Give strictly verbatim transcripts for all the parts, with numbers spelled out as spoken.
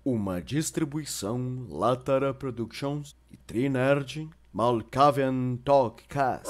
Uma distribuição Latara Productions e Trinerd Malkavian Talkcast.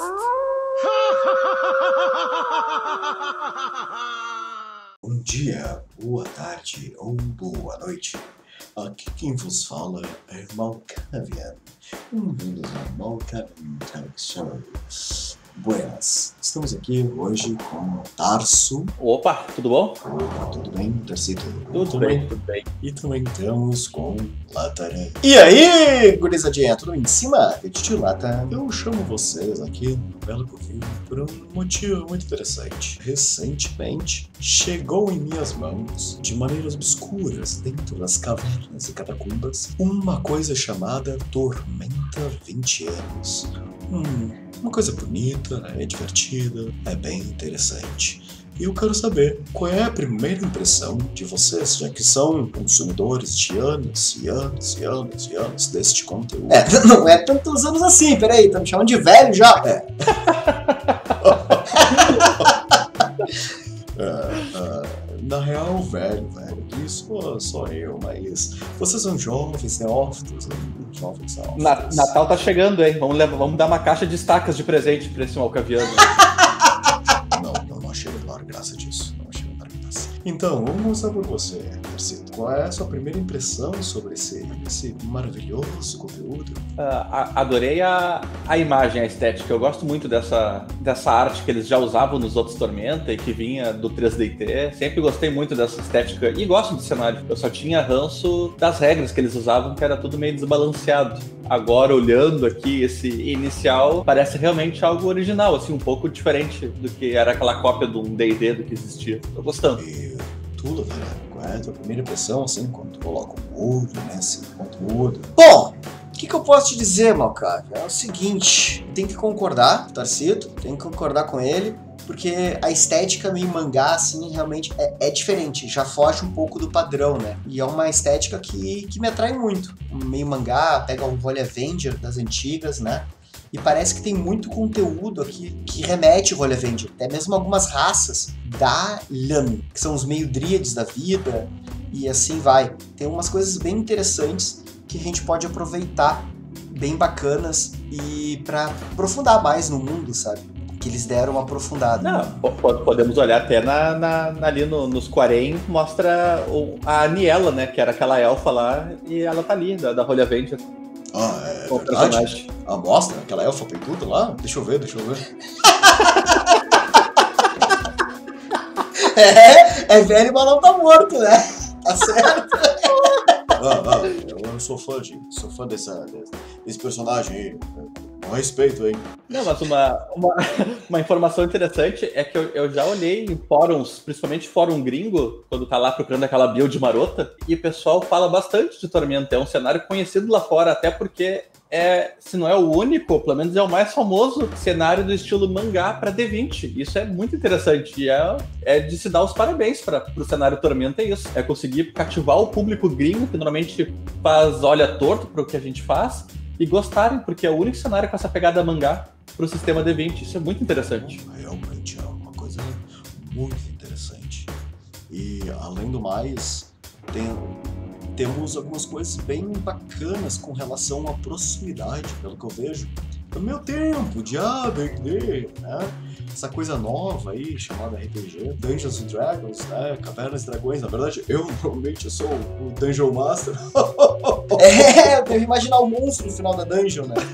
Bom dia, boa tarde ou boa noite. Aqui quem vos fala é Malkavian. Bem-vindos ao Malkavian Talk Show. Buenas, estamos aqui hoje com o Tarso. Opa, tudo bom? Opa, tudo bem, Tarcito? Tudo também, bem, tudo bem. E também estamos com Latara. E aí, gurizadinha, tudo em cima? É Tio Lata. Eu chamo vocês aqui no Belo Covil por um motivo muito interessante. Recentemente, chegou em minhas mãos, de maneiras obscuras, dentro das cavernas e catacumbas, uma coisa chamada Tormenta vinte anos. Hum... Uma coisa bonita, é divertida, é bem interessante. E eu quero saber qual é a primeira impressão de vocês, já que são consumidores de anos e anos e anos e anos deste conteúdo. É, não é tantos anos assim, peraí, tá me chamando de velho já? É. é, é na real, velho, velho, isso sou eu, mas vocês são jovens, neófitos, né? Jovens neófitos. Na, Natal tá chegando, hein? Vamos, levar, vamos dar uma caixa de estacas de presente pra esse Malkaviano. Não, eu não achei menor graça disso. Não achei menor graça. Então, vamos começar por você, Tarcito. Qual é a sua primeira impressão sobre esse, esse maravilhoso conteúdo? Uh, adorei a, a imagem, a estética. Eu gosto muito dessa, dessa arte que eles já usavam nos outros Tormenta e que vinha do três D T. Sempre gostei muito dessa estética e gosto do cenário. Eu só tinha ranço das regras que eles usavam, que era tudo meio desbalanceado. Agora, olhando aqui esse inicial, parece realmente algo original, assim, um pouco diferente do que era aquela cópia de um D e D do que existia. Tô gostando. E tudo, velho. Qual é a tua primeira impressão, assim, quando tu coloca o olho nesse conteúdo? Bom, o que, que eu posso te dizer, Malkavian? É o seguinte, tem que concordar, Tarcito, tem que concordar com ele, porque a estética meio mangá, assim, realmente é, é diferente, já foge um pouco do padrão, né? E é uma estética que, que me atrai muito. Meio mangá, pega o Holy Avenger das antigas, né? E parece que tem muito conteúdo aqui que remete ao Holy Avenger. Até mesmo algumas raças da Lame, que são os meio dríades da vida, e assim vai. Tem umas coisas bem interessantes que a gente pode aproveitar, bem bacanas, e para aprofundar mais no mundo, sabe? Que eles deram uma aprofundada. Não, podemos olhar até na, na, ali no, nos Quarém, mostra o, a Niela, né? Que era aquela elfa lá, e ela tá ali, da, da Holy Avenger. Ah, é verdade? Personagem. Ah, mostra? Aquela elfa peituda lá? Deixa eu ver, deixa eu ver. é, é velho, mas não tá morto, né? Tá certo? ah, ah, eu sou fã, de, sou fã dessa, desse personagem aí. Com respeito, hein? Não, mas uma, uma, uma informação interessante é que eu, eu já olhei em fóruns, principalmente fórum gringo, quando tá lá procurando aquela build marota, e o pessoal fala bastante de Tormenta. É um cenário conhecido lá fora, até porque é, se não é o único, pelo menos é o mais famoso cenário do estilo mangá para D vinte. Isso é muito interessante e é, é de se dar os parabéns para o cenário Tormenta. É isso, é conseguir cativar o público gringo, que normalmente faz olha torto para o que a gente faz, e gostarem, porque é o único cenário com essa pegada mangá pro sistema D vinte. Isso é muito interessante. Realmente é uma coisa muito interessante. E, além do mais, tem, temos algumas coisas bem bacanas com relação à proximidade, pelo que eu vejo. No meu tempo de A D D, né? Essa coisa nova aí, chamada R P G, Dungeons and Dragons, né? Cavernas e Dragões. Na verdade, eu normalmente sou o Dungeon Master. É, eu devo imaginar o monstro no final da dungeon, né?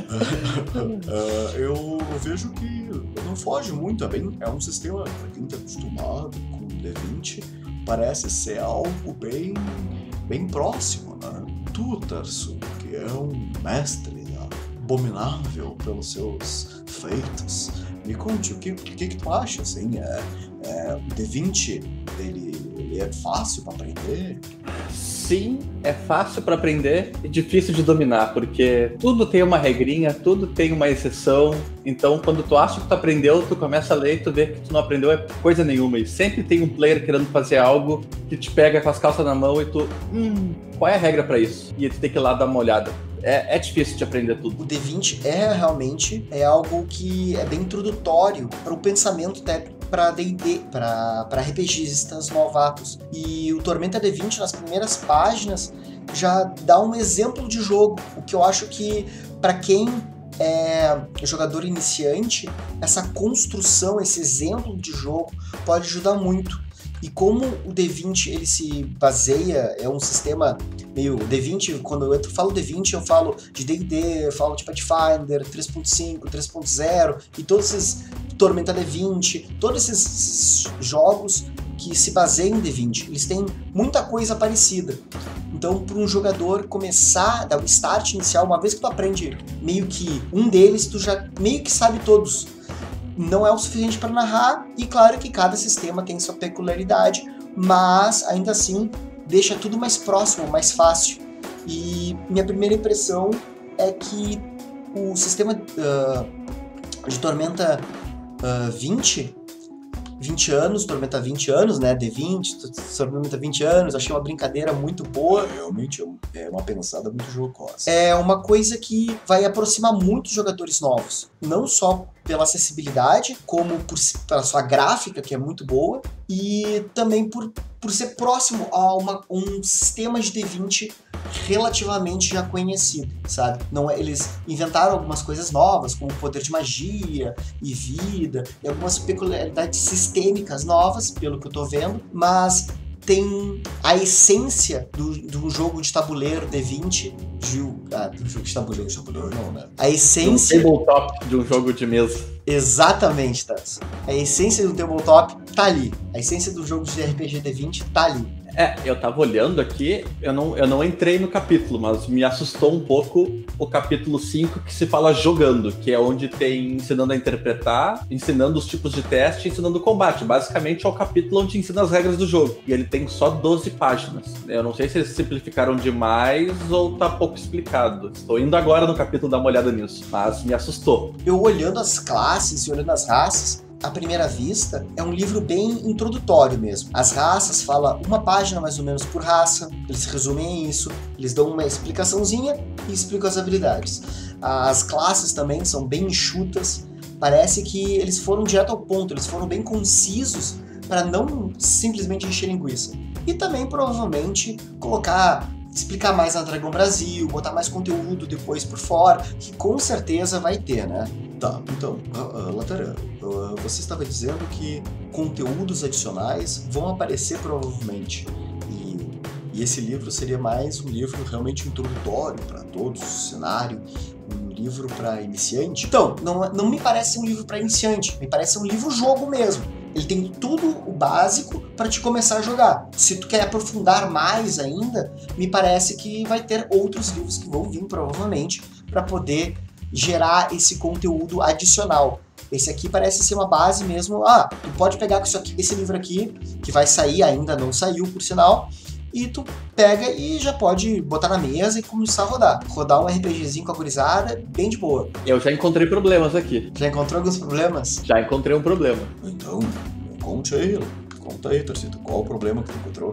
uh, eu vejo que não foge muito, é, bem, é um sistema, pra quem tá acostumado com D vinte, parece ser algo bem, bem próximo, né? Tu, Tarso, que é um mestre abominável pelos seus feitos, me conte, o que, o que, que tu acha, assim, é, é, o D vinte, ele, ele é fácil pra aprender? Sim, é fácil para aprender e difícil de dominar, porque tudo tem uma regrinha, tudo tem uma exceção. Então, quando tu acha que tu aprendeu, tu começa a ler e tu vê que tu não aprendeu é coisa nenhuma. E sempre tem um player querendo fazer algo que te pega com as calças na mão e tu, hum, qual é a regra para isso? E tu tem que ir lá dar uma olhada. É, é difícil de aprender tudo. O D vinte é realmente é algo que é bem introdutório para o pensamento técnico. para D e D, para RPGistas novatos. E o Tormenta D vinte, nas primeiras páginas, já dá um exemplo de jogo, o que eu acho que, para quem é jogador iniciante, essa construção, esse exemplo de jogo pode ajudar muito. E como o D vinte ele se baseia, é um sistema meio... D vinte, quando eu falo D vinte, eu falo de D e D, eu falo de Pathfinder, três ponto cinco, três ponto zero, e todos esses... Tormenta D vinte, todos esses jogos que se baseiam em D vinte, eles têm muita coisa parecida. Então, para um jogador começar, dar o start inicial, uma vez que tu aprende meio que um deles, tu já meio que sabe todos. Não é o suficiente para narrar, e claro que cada sistema tem sua peculiaridade, mas ainda assim deixa tudo mais próximo, mais fácil. E minha primeira impressão é que o sistema uh, de Tormenta uh, vinte, vinte anos, Tormenta vinte anos, né, D vinte, Tormenta vinte anos, achei uma brincadeira muito boa. Realmente é uma pensada muito jocosa. É uma coisa que vai aproximar muitos jogadores novos, não só pela acessibilidade, como por, pela sua gráfica, que é muito boa, e também por, por ser próximo a uma, um sistema de D vinte relativamente já conhecido, sabe? Não é, eles inventaram algumas coisas novas, como poder de magia e vida, e algumas peculiaridades sistêmicas novas, pelo que eu tô vendo, mas tem a essência do, do jogo de tabuleiro D vinte, de, ah, do jogo de tabuleiro, de tabuleiro não, né? A essência... De um tabletop de um jogo de mesa. Exatamente, Taz. A essência do tabletop tá ali. A essência do jogo de R P G D vinte tá ali. É, eu tava olhando aqui, eu não, eu não entrei no capítulo, mas me assustou um pouco o capítulo cinco, que se fala jogando, que é onde tem ensinando a interpretar, ensinando os tipos de teste, ensinando o combate. Basicamente é o capítulo onde ensina as regras do jogo. E ele tem só doze páginas. Eu não sei se eles simplificaram demais ou tá pouco explicado. Estou indo agora no capítulo dar uma olhada nisso, mas me assustou. Eu olhando as classes e olhando as raças, à primeira vista, é um livro bem introdutório mesmo. As raças falam uma página mais ou menos por raça, eles resumem isso, eles dão uma explicaçãozinha e explicam as habilidades. As classes também são bem enxutas, parece que eles foram direto ao ponto, eles foram bem concisos para não simplesmente encher linguiça. E também, provavelmente, colocar... explicar mais na Dragão Brasil, botar mais conteúdo depois por fora, que com certeza vai ter, né? Tá, então, uh, uh, Latarã, uh, você estava dizendo que conteúdos adicionais vão aparecer provavelmente. E, e esse livro seria mais um livro realmente introdutório para todos, o cenário, um livro para iniciante? Então, não, não me parece um livro para iniciante, me parece um livro-jogo mesmo. Ele tem tudo o básico para te começar a jogar. Se tu quer aprofundar mais ainda, me parece que vai ter outros livros que vão vir, provavelmente, para poder gerar esse conteúdo adicional. Esse aqui parece ser uma base mesmo. Ah, tu pode pegar isso aqui, esse livro aqui, que vai sair, ainda não saiu, por sinal, e tu pega e já pode botar na mesa e começar a rodar. Rodar um RPGzinho com a gurizada, bem de boa. Eu já encontrei problemas aqui. Já encontrou alguns problemas? Já encontrei um problema. Então, conte aí, conta aí, Tarcito, qual o problema que tu encontrou?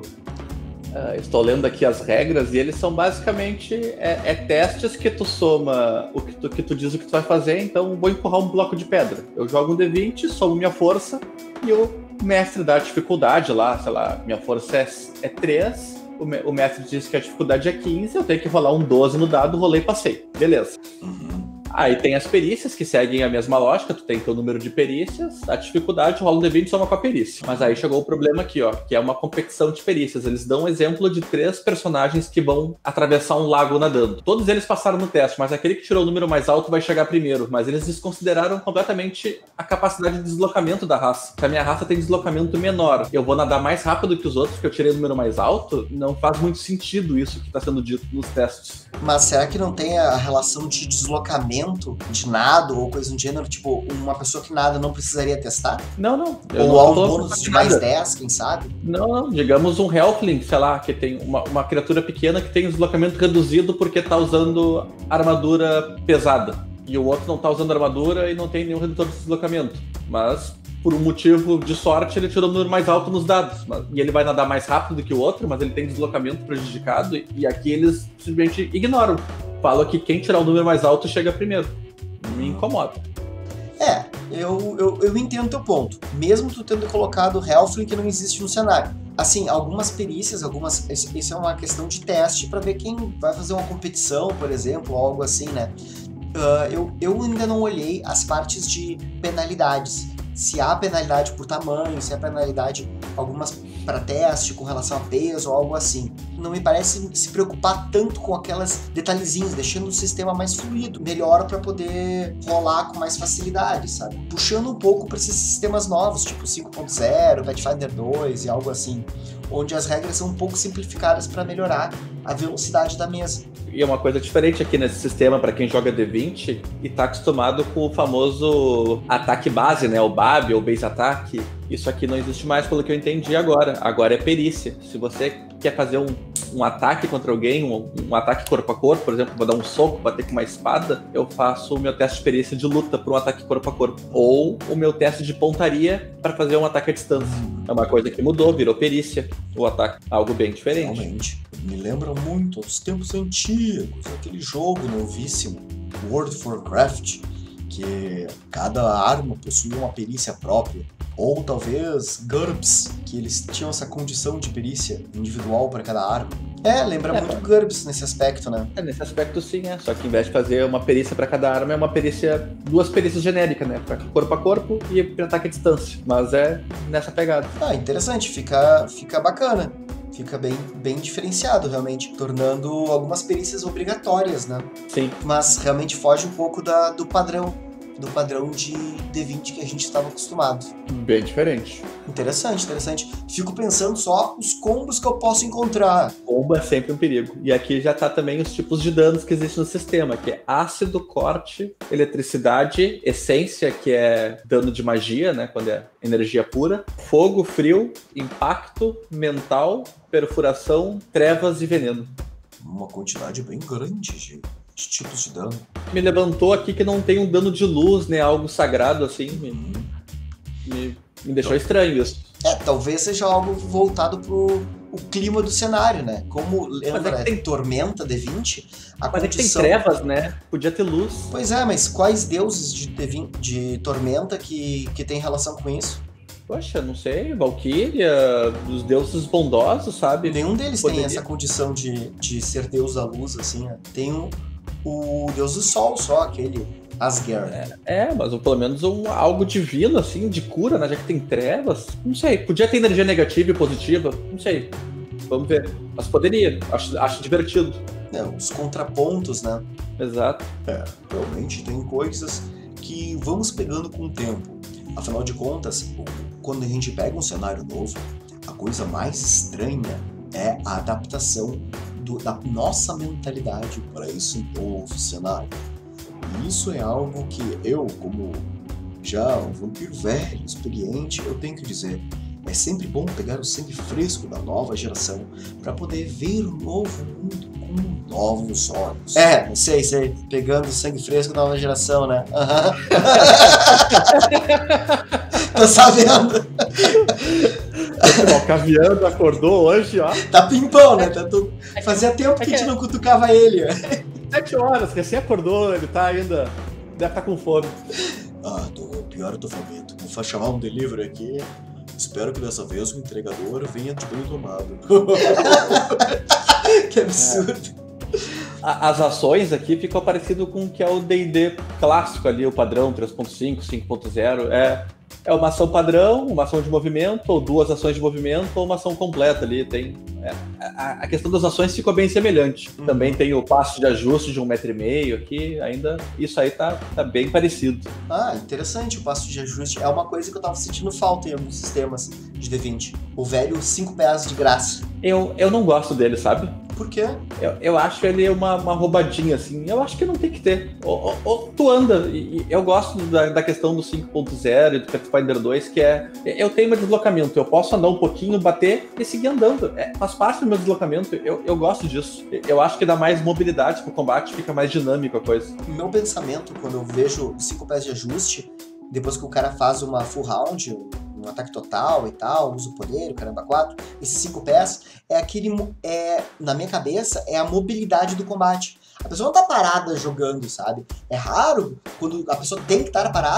Uh, estou lendo aqui as regras e eles são basicamente é, é testes que tu soma o que tu, que tu diz o que tu vai fazer. Então vou empurrar um bloco de pedra. Eu jogo um D vinte, somo minha força e o mestre dá a dificuldade lá, sei lá, minha força é, é três, o, me, o mestre diz que a dificuldade é quinze, eu tenho que rolar um doze no dado, rolei e passei. Beleza. Uhum. Aí tem as perícias que seguem a mesma lógica, tu tem teu número de perícias, a dificuldade, rola um D vinte e soma com a perícia. Mas aí chegou o problema aqui, ó, que é uma competição de perícias. Eles dão um exemplo de três personagens que vão atravessar um lago nadando. Todos eles passaram no teste, mas aquele que tirou o número mais alto vai chegar primeiro. Mas eles desconsideraram completamente a capacidade de deslocamento da raça. Se a minha raça tem deslocamento menor, eu vou nadar mais rápido que os outros porque eu tirei o número mais alto, não faz muito sentido isso que está sendo dito nos testes. Mas será que não tem a relação de deslocamento de nado ou coisa do gênero? Tipo, uma pessoa que nada não precisaria testar? Não, não. Ou há um bônus de mais dez, quem sabe? Não, não. Digamos um Helfling, sei lá, que tem uma, uma criatura pequena que tem um deslocamento reduzido porque tá usando armadura pesada. E o outro não tá usando armadura e não tem nenhum redutor de deslocamento. Mas, por um motivo de sorte, ele tirou o número mais alto nos dados. Mas, e ele vai nadar mais rápido do que o outro, mas ele tem deslocamento prejudicado. E, e aqui eles simplesmente ignoram. Falam que quem tirar o número mais alto chega primeiro. Me incomoda. É, eu, eu, eu entendo teu ponto. Mesmo tu tendo colocado Hellfling que não existe no cenário. Assim, algumas perícias, algumas. Isso é uma questão de teste pra ver quem vai fazer uma competição, por exemplo, ou algo assim, né? Uh, eu, eu ainda não olhei as partes de penalidades. Se há penalidade por tamanho, se há penalidade algumas para teste com relação a peso ou algo assim. Não me parece se preocupar tanto com aquelas detalhezinhos, deixando o sistema mais fluido, melhor para poder rolar com mais facilidade, sabe? Puxando um pouco para esses sistemas novos, tipo cinco ponto zero, Pathfinder dois e algo assim, onde as regras são um pouco simplificadas para melhorar a velocidade da mesa. E é uma coisa diferente aqui nesse sistema para quem joga D vinte e tá acostumado com o famoso ataque base, né? O B A B ou Base Attack. Isso aqui não existe mais, pelo que eu entendi agora. Agora é perícia. Se você quer fazer um, um ataque contra alguém, um, um ataque corpo a corpo, por exemplo, vou dar um soco, bater com uma espada, eu faço o meu teste de perícia de luta para um ataque corpo a corpo. Ou o meu teste de pontaria para fazer um ataque à distância. É uma coisa que mudou, virou perícia o ataque. Algo bem diferente. Realmente. Me lembra muito aos tempos antigos, aquele jogo novíssimo, World of Warcraft, que cada arma possuía uma perícia própria. Ou talvez GURPS, que eles tinham essa condição de perícia individual para cada arma. É, lembra É, muito GURPS nesse aspecto, né? É, nesse aspecto sim, é. Só que em vez de fazer uma perícia para cada arma, é uma perícia, duas perícias genéricas, né? Para corpo a corpo e para ataque à distância. Mas é nessa pegada. Ah, interessante, fica, fica bacana. Fica bem, bem diferenciado, realmente, tornando algumas perícias obrigatórias, né? Sim. Mas realmente foge um pouco da, do padrão, do padrão de D vinte que a gente estava acostumado. Bem diferente. Interessante, interessante. Fico pensando só os combos que eu posso encontrar. Bomba é sempre um perigo. E aqui já tá também os tipos de danos que existem no sistema, que é ácido, corte, eletricidade, essência, que é dano de magia, né, quando é energia pura, fogo, frio, impacto, mental, perfuração, trevas e veneno. Uma quantidade bem grande de, de tipos de dano. Me levantou aqui que não tem um dano de luz, né, algo sagrado assim, me, me, me deixou estranho isso. É, talvez seja algo voltado pro o clima do cenário, né? Como lembra, Mas é que tem- Tormenta D vinte, a Mas é que tem condição... trevas, né? Podia ter luz. Pois é, mas quais deuses de, D vinte, de Tormenta que, que tem relação com isso? Poxa, não sei, Valkyria, os deuses bondosos, sabe? Nenhum deles Poderia. tem essa condição de, de ser deus da luz, assim, né? Tem o, o deus do sol só, aquele Asgard. É, mas ou pelo menos um, algo divino, assim, de cura, né? Já que tem trevas. Não sei, podia ter energia negativa e positiva, não sei. Vamos ver. Mas poderia, acho, acho divertido. É, os contrapontos, né? Exato. Realmente tem coisas que vamos pegando com o tempo. Afinal de contas, quando a gente pega um cenário novo, a coisa mais estranha é a adaptação do- da nossa mentalidade para esse novo cenário. E isso é algo que eu, como já um vampiro velho, experiente, eu tenho que dizer. É sempre bom pegar o sangue fresco da nova geração para poder ver o novo mundo com novos olhos. É, sei, sei. Pegando sangue fresco da nova geração, né? Aham. Tô sabendo. O Caviano acordou hoje, ó. Tá pimpão, né? Tá tu... Fazia tempo que a é gente que- não cutucava ele. Sete horas, recém acordou, ele tá ainda. Deve estar com fome. Ah, tô, pior eu tô faminto. Vou chamar um delivery aqui. Espero que dessa vez o entregador venha de bem tomado. Que absurdo. A- As ações aqui ficam parecido com o que é o D e D clássico ali, o padrão três ponto cinco, cinco ponto zero. É, é uma ação padrão, uma ação de movimento, ou duas ações de movimento, ou uma ação completa ali. Tem, é, a, a questão das ações ficou bem semelhante. Uhum. Também tem o passo de ajuste de um metro e meio aqui, ainda isso aí tá, tá bem parecido. Ah, interessante o passo de ajuste. É uma coisa que eu tava sentindo falta em alguns sistemas de D vinte. O velho cinco pés de graça. Eu, eu não gosto dele, sabe? Por quê? Eu, eu acho ele uma, uma roubadinha, assim. Eu acho que não tem que ter. Ou, ou- ou tu anda. E, e eu gosto da, da questão do cinco ponto zero e do Pathfinder dois, que é... Eu tenho meu deslocamento. Eu posso andar um pouquinho, bater e seguir andando. É, faz parte do meu deslocamento. Eu, eu gosto disso. Eu acho que dá mais mobilidade pro combate, fica mais dinâmico a coisa. O meu pensamento, quando eu vejo cinco pés de ajuste, depois que o cara faz uma full round, um ataque total e tal, usa o poder, o caramba quatro, esses cinco pés é aquele, mo- é, na minha cabeça, é a mobilidade do combate. A pessoa não tá parada jogando, sabe? É raro quando a pessoa tem que estar parada.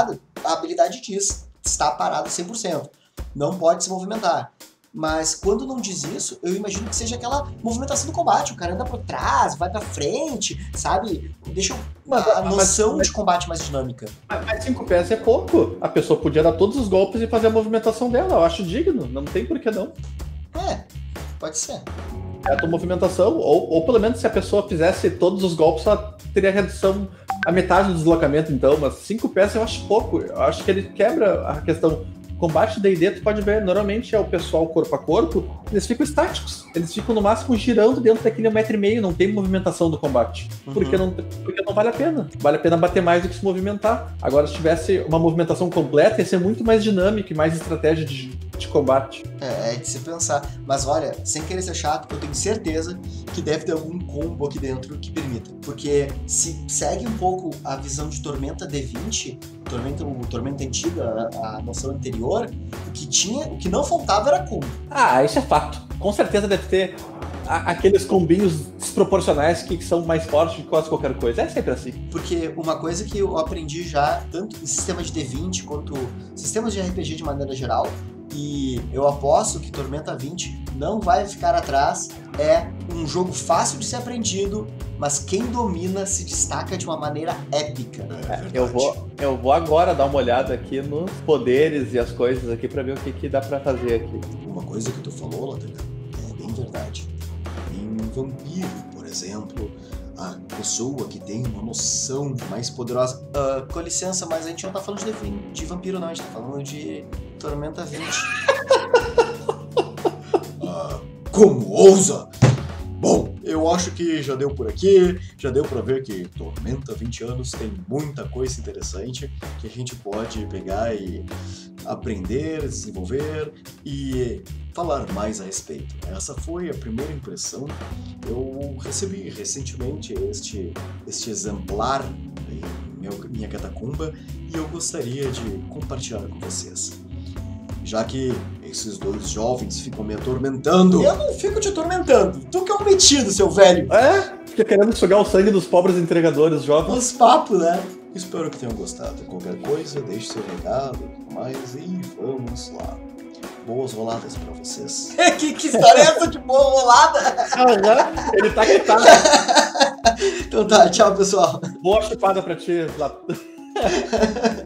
a habilidade diz, está parado cem por cento. Não pode se movimentar. Mas quando não diz isso, eu imagino que seja aquela movimentação do combate. O cara anda pra trás, vai pra frente, sabe? Deixa Mas, a mas- noção mas- de combate mais dinâmica. Mas mas cinco pés é pouco. A pessoa podia dar todos os golpes e fazer a movimentação dela. Eu acho digno. Não tem por que não. É, pode ser. É a tua movimentação. Ou, ou pelo menos se a pessoa fizesse todos os golpes, ela teria redução a metade do deslocamento, então. Mas cinco pés eu acho pouco. Eu acho que ele quebra a questão. Combate D e D, tu pode ver, normalmente é o pessoal corpo a corpo, eles ficam estáticos. Eles ficam no máximo girando dentro daquele um metro e meio, não tem movimentação do combate. Uhum. Porque, não, porque não vale a pena. Vale a pena bater mais do que se movimentar. Agora, se tivesse uma movimentação completa, ia ser muito mais dinâmico e mais estratégia de, de combate. É, é de se pensar. Mas olha, sem querer ser chato, eu tenho certeza que deve ter algum combo aqui dentro que permita. Porque se segue um pouco a visão de Tormenta D vinte, Tormenta, o Tormenta antiga, a, a noção anterior, o que tinha, o que não faltava era combo. Ah, isso é fato. Com certeza deve ter a- aqueles combinhos desproporcionais que são mais fortes que quase qualquer coisa. É sempre assim. Porque uma coisa que eu aprendi já, tanto em sistemas de D vinte quanto sistemas de R P G de maneira geral, e eu aposto que Tormenta vinte não vai ficar atrás, é um jogo fácil de ser aprendido, mas quem domina se destaca de uma maneira épica. É verdade. Eu vou, eu vou agora dar uma olhada aqui nos poderes e as coisas aqui pra ver o que, que dá pra fazer aqui. Uma coisa que tu falou, Lateral, é bem verdade. Em Vampiro, por exemplo, a pessoa que tem uma noção mais poderosa. Ah, com licença, mas a gente não tá falando de, de, de vampiro não, a gente tá falando de Tormenta vinte. Ah, como ousa? Bom, eu acho que já deu por aqui, já deu pra ver que Tormenta vinte anos tem muita coisa interessante que a gente pode pegar e aprender, desenvolver e falar mais a respeito. Essa foi a primeira impressão. Eu recebi recentemente este, este exemplar em meu, minha catacumba e eu gostaria de compartilhar com vocês. Já que esses dois jovens ficam me atormentando. Eu não fico te atormentando, tu que é um metido, seu velho. É, fica querendo sugar o sangue dos pobres entregadores jovens. Os papos, né? Espero que tenham gostado. Qualquer coisa, deixe seu recado e tudo mais e vamos lá. Boas roladas pra vocês. que, que história é essa de boa rolada? Aham, ele tá que tá. Então tá, tchau, pessoal. Boa chupada pra ti, Flávio.